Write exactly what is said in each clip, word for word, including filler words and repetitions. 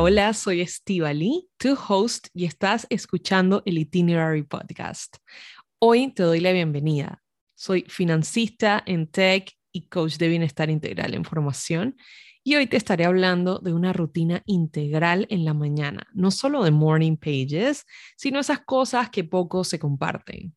hola, soy Estíbaliz, tu host, y estás escuchando el Itinerary Podcast. Hoy te doy la bienvenida. Soy financista en tech y coach de bienestar integral en formación, y hoy te estaré hablando de una rutina integral en la mañana, no solo de morning pages, sino esas cosas que poco se comparten.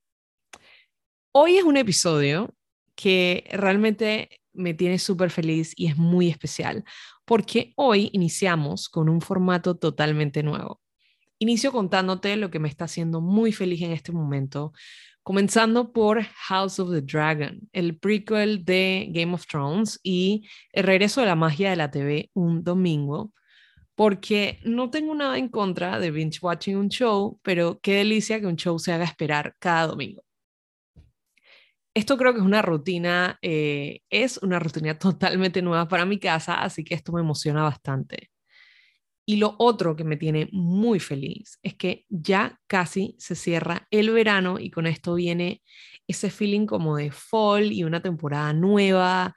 Hoy es un episodio que realmente me tiene súper feliz y es muy especial, porque hoy iniciamos con un formato totalmente nuevo. Inicio contándote lo que me está haciendo muy feliz en este momento, comenzando por House of the Dragon, el prequel de Game of Thrones y el regreso de la magia de la T V un domingo, porque no tengo nada en contra de binge watching un show, pero qué delicia que un show se haga esperar cada domingo. Esto creo que es una rutina, eh, es una rutina totalmente nueva para mi casa, así que esto me emociona bastante. Y lo otro que me tiene muy feliz es que ya casi se cierra el verano y con esto viene ese feeling como de fall y una temporada nueva,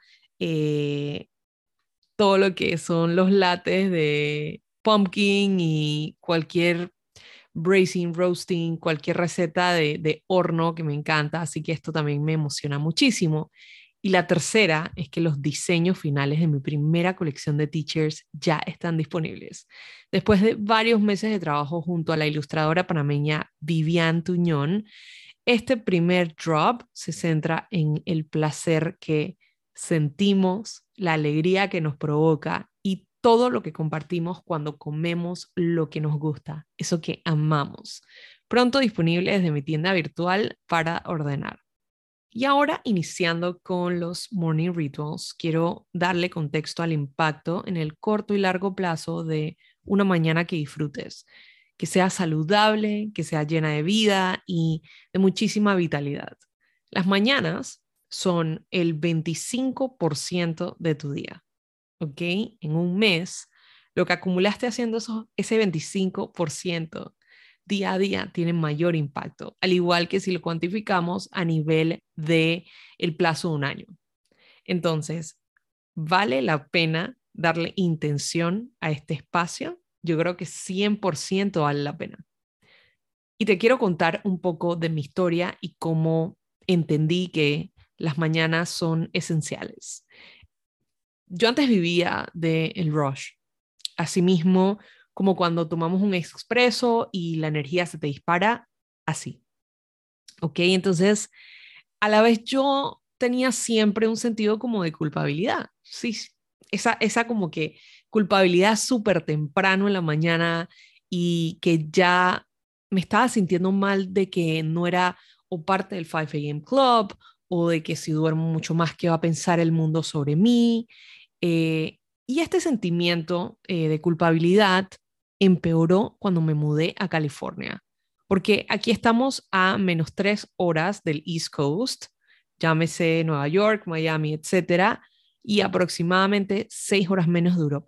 eh, todo lo que son los lattes de pumpkin y cualquier braising, roasting, cualquier receta de, de horno que me encanta, así que esto también me emociona muchísimo. Y la tercera es que los diseños finales de mi primera colección de teachers ya están disponibles. Después de varios meses de trabajo junto a la ilustradora panameña Vivian Tuñón, este primer drop se centra en el placer que sentimos, la alegría que nos provoca y todo lo que compartimos cuando comemos lo que nos gusta, eso que amamos. Pronto disponible desde mi tienda virtual para ordenar. Y ahora, iniciando con los morning rituals, quiero darle contexto al impacto en el corto y largo plazo de una mañana que disfrutes, que sea saludable, que sea llena de vida y de muchísima vitalidad. Las mañanas son el veinticinco por ciento de tu día, ¿ok? En un mes, lo que acumulaste haciendo eso, ese veinticinco por ciento día a día tiene mayor impacto, al igual que si lo cuantificamos a nivel de el plazo de un año. Entonces, ¿vale la pena darle intención a este espacio? Yo creo que cien por ciento vale la pena. Y te quiero contar un poco de mi historia y cómo entendí que las mañanas son esenciales. Yo antes vivía del rush, asimismo como cuando tomamos un expreso y la energía se te dispara, así. ¿Ok? Entonces, a la vez yo tenía siempre un sentido como de culpabilidad. Sí, esa, esa como que culpabilidad súper temprano en la mañana y que ya me estaba sintiendo mal de que no era o parte del cinco a m Club o de que si duermo mucho más, ¿qué va a pensar el mundo sobre mí? Eh, y este sentimiento eh, de culpabilidad empeoró cuando me mudé a California, porque aquí estamos a menos tres horas del East Coast, llámese Nueva York, Miami, etcétera, y aproximadamente seis horas menos de Europa.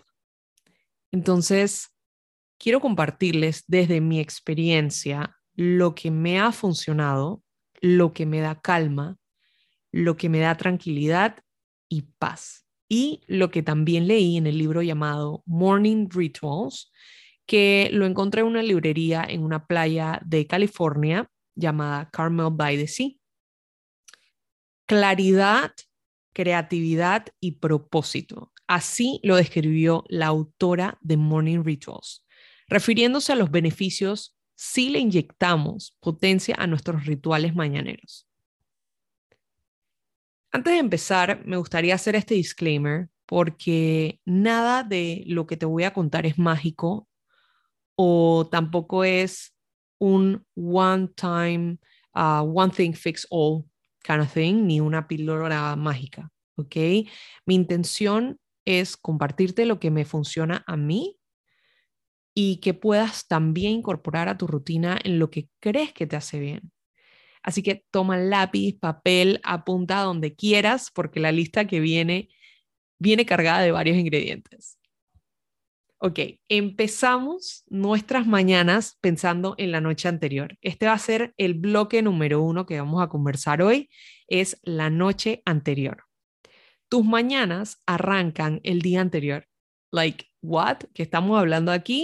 Entonces, quiero compartirles desde mi experiencia lo que me ha funcionado, lo que me da calma, lo que me da tranquilidad y paz. Y lo que también leí en el libro llamado Morning Rituals, que lo encontré en una librería en una playa de California llamada Carmel by the Sea. Claridad, creatividad y propósito. Así lo describió la autora de Morning Rituals, refiriéndose a los beneficios si le inyectamos potencia a nuestros rituales mañaneros. Antes de empezar, me gustaría hacer este disclaimer porque nada de lo que te voy a contar es mágico o tampoco es un one time, uh, one thing fix all kind of thing, ni una píldora mágica, ¿ok? Mi intención es compartirte lo que me funciona a mí y que puedas también incorporar a tu rutina en lo que crees que te hace bien. Así que toma lápiz, papel, apunta donde quieras, porque la lista que viene viene cargada de varios ingredientes. Ok, empezamos nuestras mañanas pensando en la noche anterior. Este va a ser el bloque número uno que vamos a conversar hoy, es la noche anterior. Tus mañanas arrancan el día anterior. Like, what? ¿Qué estamos hablando aquí?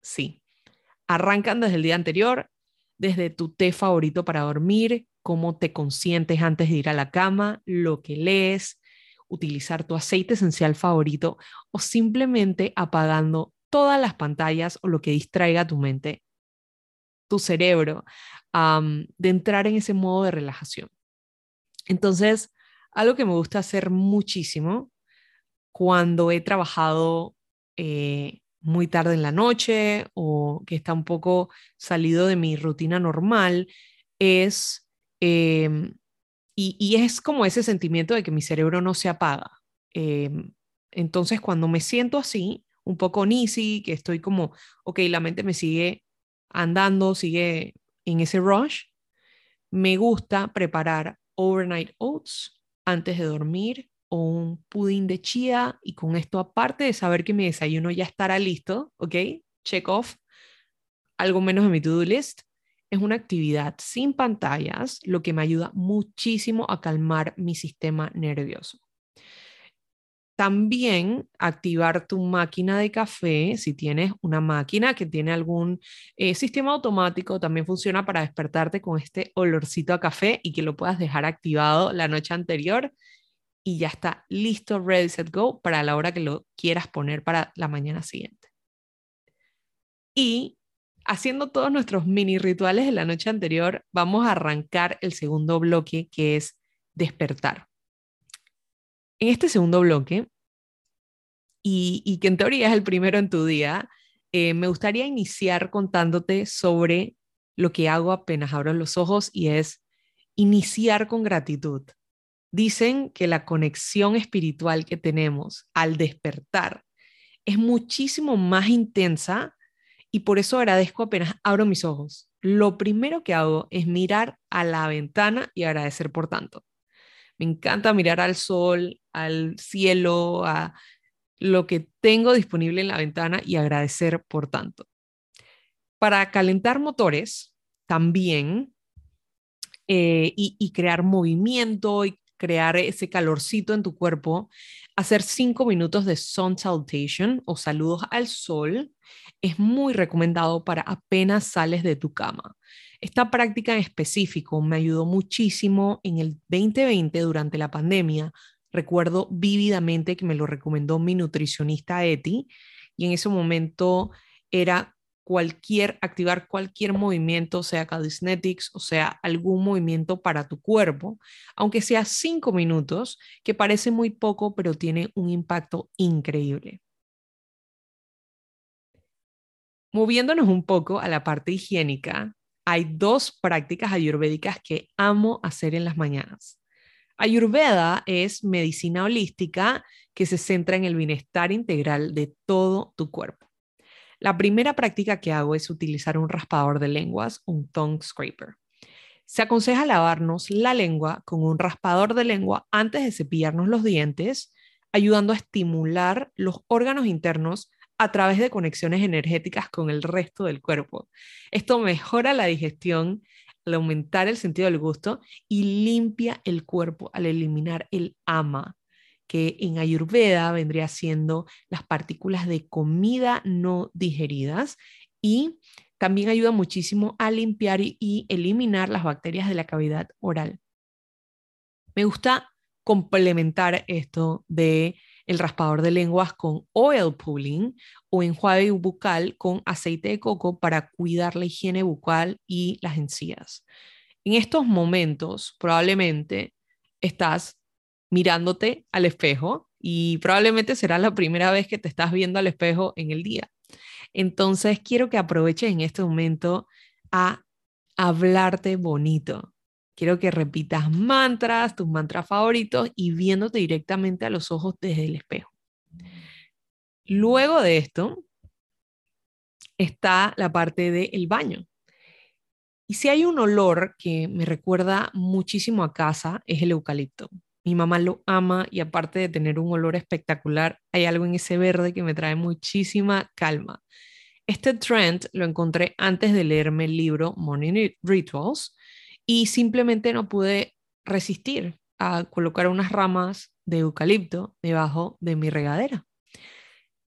Sí. Arrancan desde el día anterior, desde tu té favorito para dormir, cómo te consientes antes de ir a la cama, lo que lees, utilizar tu aceite esencial favorito o simplemente apagando todas las pantallas o lo que distraiga tu mente, tu cerebro, um, de entrar en ese modo de relajación. Entonces, algo que me gusta hacer muchísimo cuando he trabajado eh, muy tarde en la noche o que está un poco salido de mi rutina normal es, eh, y, y es como ese sentimiento de que mi cerebro no se apaga. Eh, entonces, cuando me siento así, un poco uneasy, que estoy como, ok, la mente me sigue andando, sigue en ese rush, me gusta preparar overnight oats antes de dormir o un pudín de chía y con esto, aparte de saber que mi desayuno ya estará listo, ¿ok? Check off, algo menos de mi to-do list, es una actividad sin pantallas, lo que me ayuda muchísimo a calmar mi sistema nervioso. También activar tu máquina de café, si tienes una máquina que tiene algún eh, sistema automático, también funciona para despertarte con este olorcito a café y que lo puedas dejar activado la noche anterior y ya está listo, ready, set, go para la hora que lo quieras poner para la mañana siguiente. Y haciendo todos nuestros mini rituales de la noche anterior, vamos a arrancar el segundo bloque que es despertar. En este segundo bloque, y, y que en teoría es el primero en tu día, eh, me gustaría iniciar contándote sobre lo que hago apenas abro los ojos y es iniciar con gratitud. Dicen que la conexión espiritual que tenemos al despertar es muchísimo más intensa y por eso agradezco apenas abro mis ojos. Lo primero que hago es mirar a la ventana y agradecer por tanto. Me encanta mirar al sol, al cielo, a lo que tengo disponible en la ventana y agradecer por tanto. Para calentar motores, también, eh, y, y crear movimiento y crear ese calorcito en tu cuerpo, hacer cinco minutos de sun salutation o saludos al sol es muy recomendado para apenas sales de tu cama. Esta práctica en específico me ayudó muchísimo en el veinte veinte durante la pandemia. Recuerdo vívidamente que me lo recomendó mi nutricionista Eti y en ese momento era cualquier, activar cualquier movimiento, sea calisthenics o sea algún movimiento para tu cuerpo, aunque sea cinco minutos, que parece muy poco, pero tiene un impacto increíble. Moviéndonos un poco a la parte higiénica, hay dos prácticas ayurvédicas que amo hacer en las mañanas. Ayurveda es medicina holística que se centra en el bienestar integral de todo tu cuerpo. La primera práctica que hago es utilizar un raspador de lenguas, un tongue scraper. Se aconseja lavarnos la lengua con un raspador de lengua antes de cepillarnos los dientes, ayudando a estimular los órganos internos a través de conexiones energéticas con el resto del cuerpo. Esto mejora la digestión al aumentar el sentido del gusto y limpia el cuerpo al eliminar el ama, que en Ayurveda vendría siendo las partículas de comida no digeridas y también ayuda muchísimo a limpiar y, y eliminar las bacterias de la cavidad oral. Me gusta complementar esto de el raspador de lenguas con oil pulling o enjuague bucal con aceite de coco para cuidar la higiene bucal y las encías. En estos momentos probablemente estás mirándote al espejo y probablemente será la primera vez que te estás viendo al espejo en el día. Entonces quiero que aproveches en este momento a hablarte bonito. Quiero que repitas mantras, tus mantras favoritos y viéndote directamente a los ojos desde el espejo. Luego de esto está la parte del baño. Y si hay un olor que me recuerda muchísimo a casa, es el eucalipto. Mi mamá lo ama y aparte de tener un olor espectacular, hay algo en ese verde que me trae muchísima calma. Este trend lo encontré antes de leerme el libro Morning Rituals y simplemente no pude resistir a colocar unas ramas de eucalipto debajo de mi regadera.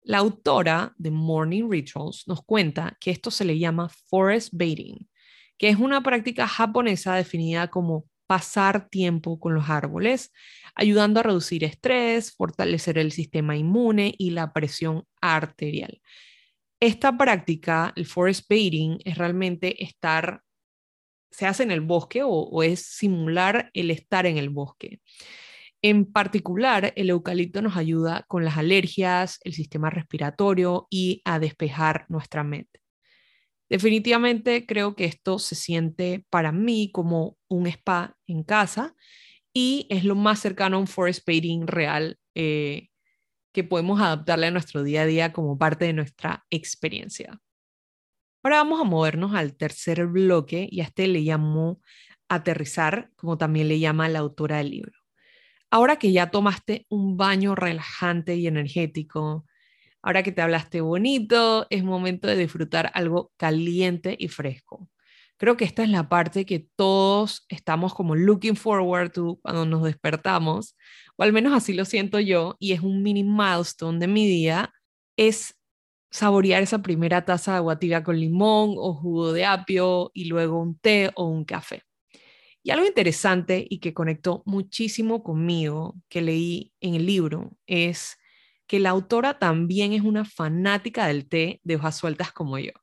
La autora de Morning Rituals nos cuenta que esto se le llama forest bathing, que es una práctica japonesa definida como pasar tiempo con los árboles, ayudando a reducir estrés, fortalecer el sistema inmune y la presión arterial. Esta práctica, el forest bathing, es realmente estar, se hace en el bosque o, o es simular el estar en el bosque. En particular, el eucalipto nos ayuda con las alergias, el sistema respiratorio y a despejar nuestra mente. Definitivamente creo que esto se siente para mí como un spa en casa y es lo más cercano a un forest bathing real eh, que podemos adaptarle a nuestro día a día como parte de nuestra experiencia. Ahora vamos a movernos al tercer bloque y a este le llamo aterrizar, como también le llama la autora del libro. Ahora que ya tomaste un baño relajante y energético, ahora que te hablaste bonito, es momento de disfrutar algo caliente y fresco. Creo que esta es la parte que todos estamos como looking forward to cuando nos despertamos, o al menos así lo siento yo, y es un mini milestone de mi día, es saborear esa primera taza de agua tibia con limón o jugo de apio y luego un té o un café. Y algo interesante y que conectó muchísimo conmigo, que leí en el libro, es que la autora también es una fanática del té de hojas sueltas como yo.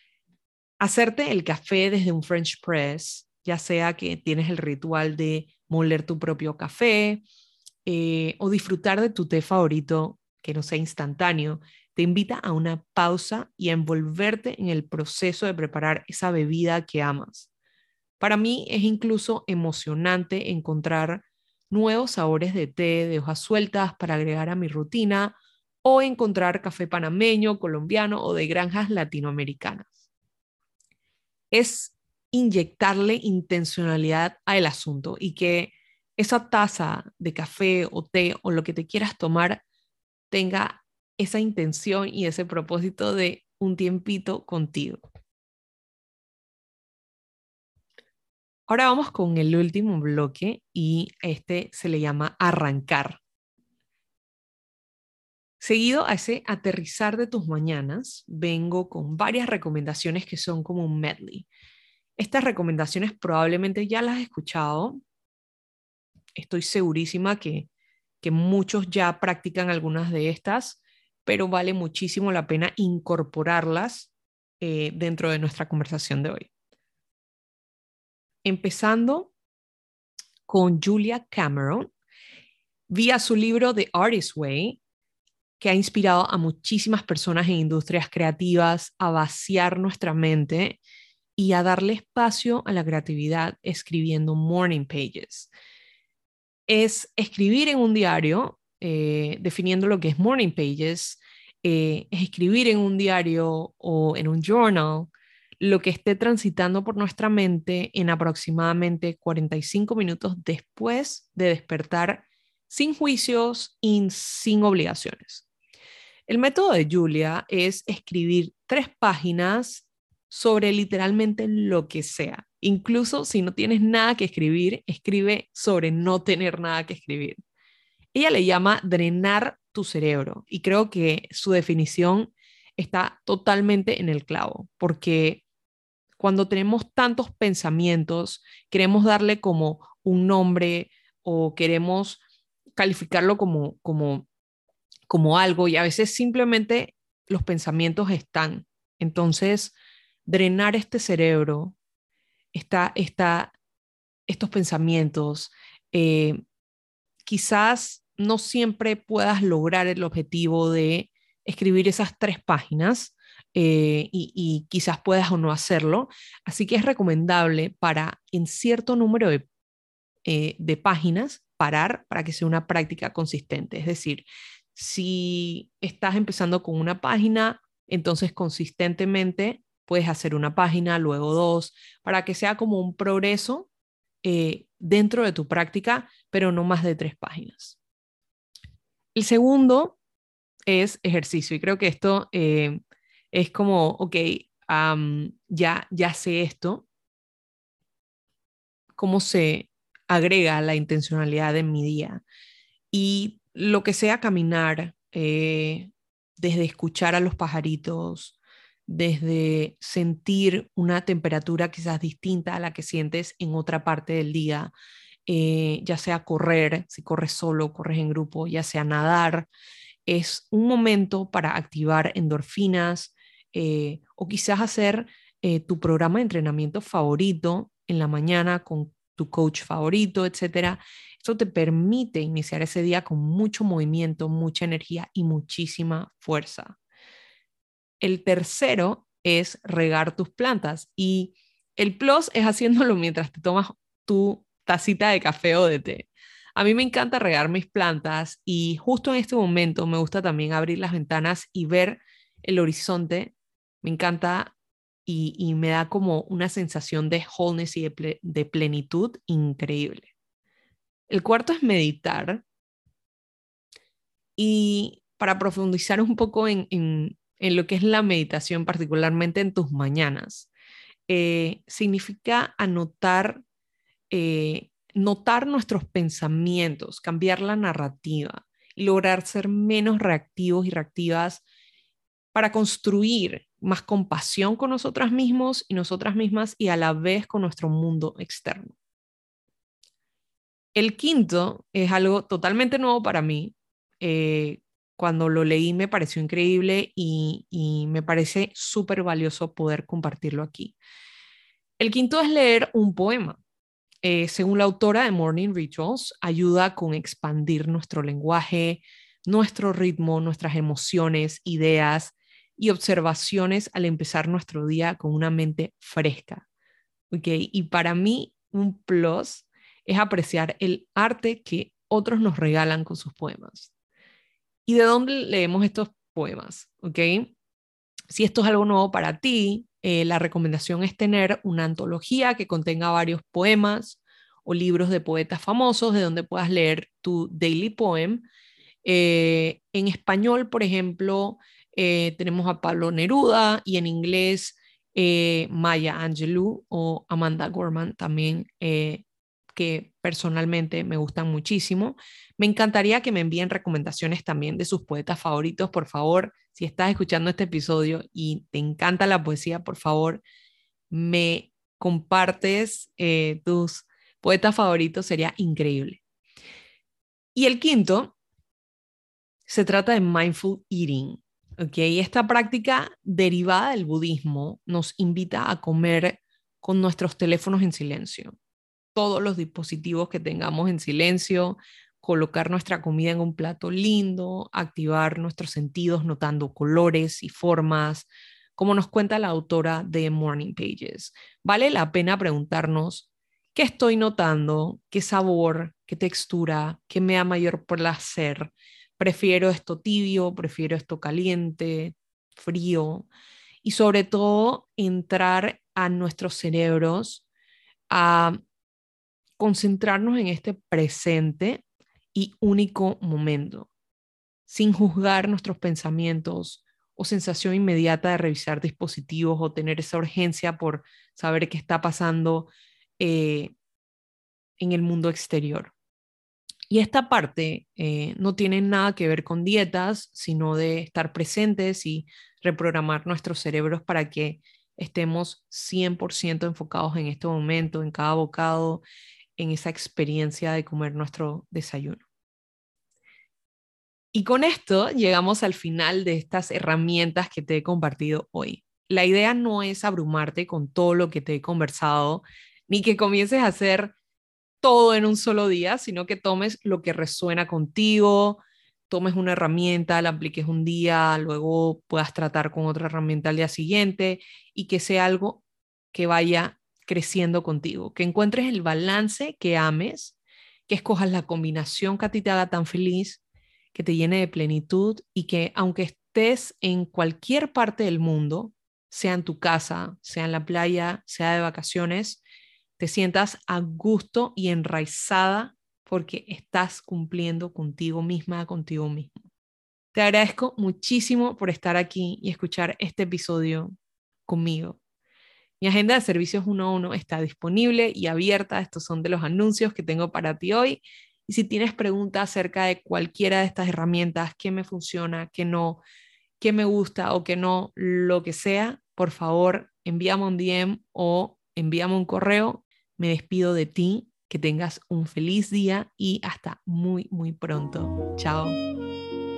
Hacerte el café desde un French press, ya sea que tienes el ritual de moler tu propio café eh, o disfrutar de tu té favorito, que no sea instantáneo, te invita a una pausa y a envolverte en el proceso de preparar esa bebida que amas. Para mí es incluso emocionante encontrar nuevos sabores de té de hojas sueltas para agregar a mi rutina o encontrar café panameño, colombiano o de granjas latinoamericanas. Es inyectarle intencionalidad al asunto y que esa taza de café o té o lo que te quieras tomar tenga esa intención y ese propósito de un tiempito contigo. Ahora vamos con el último bloque y este se le llama arrancar. Seguido a ese aterrizar de tus mañanas, vengo con varias recomendaciones que son como un medley. Estas recomendaciones probablemente ya las has escuchado. Estoy segurísima que, que muchos ya practican algunas de estas, pero vale muchísimo la pena incorporarlas eh, dentro de nuestra conversación de hoy. Empezando con Julia Cameron, vía su libro The Artist's Way, que ha inspirado a muchísimas personas en industrias creativas a vaciar nuestra mente y a darle espacio a la creatividad escribiendo morning pages. Es escribir en un diario, eh, definiendo lo que es morning pages, eh, es escribir en un diario o en un journal lo que esté transitando por nuestra mente en aproximadamente cuarenta y cinco minutos después de despertar, sin juicios y sin obligaciones. El método de Julia es escribir tres páginas sobre literalmente lo que sea. Incluso si no tienes nada que escribir, escribe sobre no tener nada que escribir. Ella le llama drenar tu cerebro y creo que su definición está totalmente en el clavo, porque cuando tenemos tantos pensamientos, queremos darle como un nombre o queremos calificarlo como, como como algo y a veces simplemente los pensamientos están. Entonces, drenar este cerebro, esta, esta, estos pensamientos, eh, quizás no siempre puedas lograr el objetivo de escribir esas tres páginas eh, y, y quizás puedas o no hacerlo. Así que es recomendable para en cierto número de, eh, de páginas parar para que sea una práctica consistente. Es decir, si estás empezando con una página, entonces consistentemente puedes hacer una página, luego dos, para que sea como un progreso eh, dentro de tu práctica, pero no más de tres páginas. El segundo es ejercicio y creo que esto eh, es como, ok, um, ya, ya sé esto, cómo se agrega la intencionalidad en mi día. Y lo que sea caminar, eh, desde escuchar a los pajaritos, desde sentir una temperatura quizás distinta a la que sientes en otra parte del día, eh, ya sea correr, si corres solo, corres en grupo, ya sea nadar. Es un momento para activar endorfinas, eh, o quizás hacer eh, tu programa de entrenamiento favorito en la mañana con tu coach favorito, etcétera. Esto te permite iniciar ese día con mucho movimiento, mucha energía y muchísima fuerza. El tercero es regar tus plantas, y el plus es haciéndolo mientras te tomas tu tacita de café o de té. A mí me encanta regar mis plantas, y justo en este momento me gusta también abrir las ventanas y ver el horizonte. Me encanta, y, y me da como una sensación de wholeness y de, ple de plenitud increíble. El cuarto es meditar, y para profundizar un poco en, en, en lo que es la meditación, particularmente en tus mañanas, eh, significa anotar, eh, notar nuestros pensamientos, cambiar la narrativa y lograr ser menos reactivos y reactivas para construir más compasión con nosotras mismos y nosotras mismas, y a la vez con nuestro mundo externo. El quinto es algo totalmente nuevo para mí. Eh, cuando lo leí me pareció increíble, y, y me parece súper valioso poder compartirlo aquí. El quinto es leer un poema. Eh, según la autora de Morning Rituals, ayuda con expandir nuestro lenguaje, nuestro ritmo, nuestras emociones, ideas y observaciones al empezar nuestro día con una mente fresca. ¿Okay? Y para mí, un plus es apreciar el arte que otros nos regalan con sus poemas. ¿Y de dónde leemos estos poemas? ¿Okay? Si esto es algo nuevo para ti, eh, la recomendación es tener una antología que contenga varios poemas o libros de poetas famosos de donde puedas leer tu daily poem. Eh, en español, por ejemplo, eh, tenemos a Pablo Neruda, y en inglés eh, Maya Angelou o Amanda Gorman también, eh, que personalmente me gustan muchísimo. Me encantaría que me envíen recomendaciones también de sus poetas favoritos, por favor. Si estás escuchando este episodio y te encanta la poesía, por favor, me compartes eh, tus poetas favoritos, sería increíble. Y el quinto se trata de mindful eating. ¿Okay? Esta práctica derivada del budismo nos invita a comer con nuestros teléfonos en silencio, todos los dispositivos que tengamos en silencio, colocar nuestra comida en un plato lindo, activar nuestros sentidos notando colores y formas, como nos cuenta la autora de Morning Pages. Vale la pena preguntarnos: ¿qué estoy notando? ¿Qué sabor? ¿Qué textura? ¿Qué me da mayor placer? ¿Prefiero esto tibio? ¿Prefiero esto caliente? ¿Frío? Y sobre todo, entrar a nuestros cerebros a concentrarnos en este presente y único momento, sin juzgar nuestros pensamientos o sensación inmediata de revisar dispositivos o tener esa urgencia por saber qué está pasando eh, en el mundo exterior. Y esta parte eh, no tiene nada que ver con dietas, sino de estar presentes y reprogramar nuestros cerebros para que estemos cien por ciento enfocados en este momento, en cada bocado, en esa experiencia de comer nuestro desayuno. Y con esto llegamos al final de estas herramientas que te he compartido hoy. La idea no es abrumarte con todo lo que te he conversado, ni que comiences a hacer todo en un solo día, sino que tomes lo que resuena contigo, tomes una herramienta, la apliques un día, luego puedas tratar con otra herramienta al día siguiente, y que sea algo que vaya creciendo contigo, que encuentres el balance que ames, que escojas la combinación que a ti te haga tan feliz, que te llene de plenitud, y que aunque estés en cualquier parte del mundo, sea en tu casa, sea en la playa, sea de vacaciones, te sientas a gusto y enraizada porque estás cumpliendo contigo misma, contigo mismo. Te agradezco muchísimo por estar aquí y escuchar este episodio conmigo. Mi agenda de servicios uno a uno está disponible y abierta. Estos son de los anuncios que tengo para ti hoy. Y si tienes preguntas acerca de cualquiera de estas herramientas, qué me funciona, qué no, qué me gusta o qué no, lo que sea, por favor, envíame un D M o envíame un correo. Me despido de ti, que tengas un feliz día y hasta muy, muy pronto. Chao.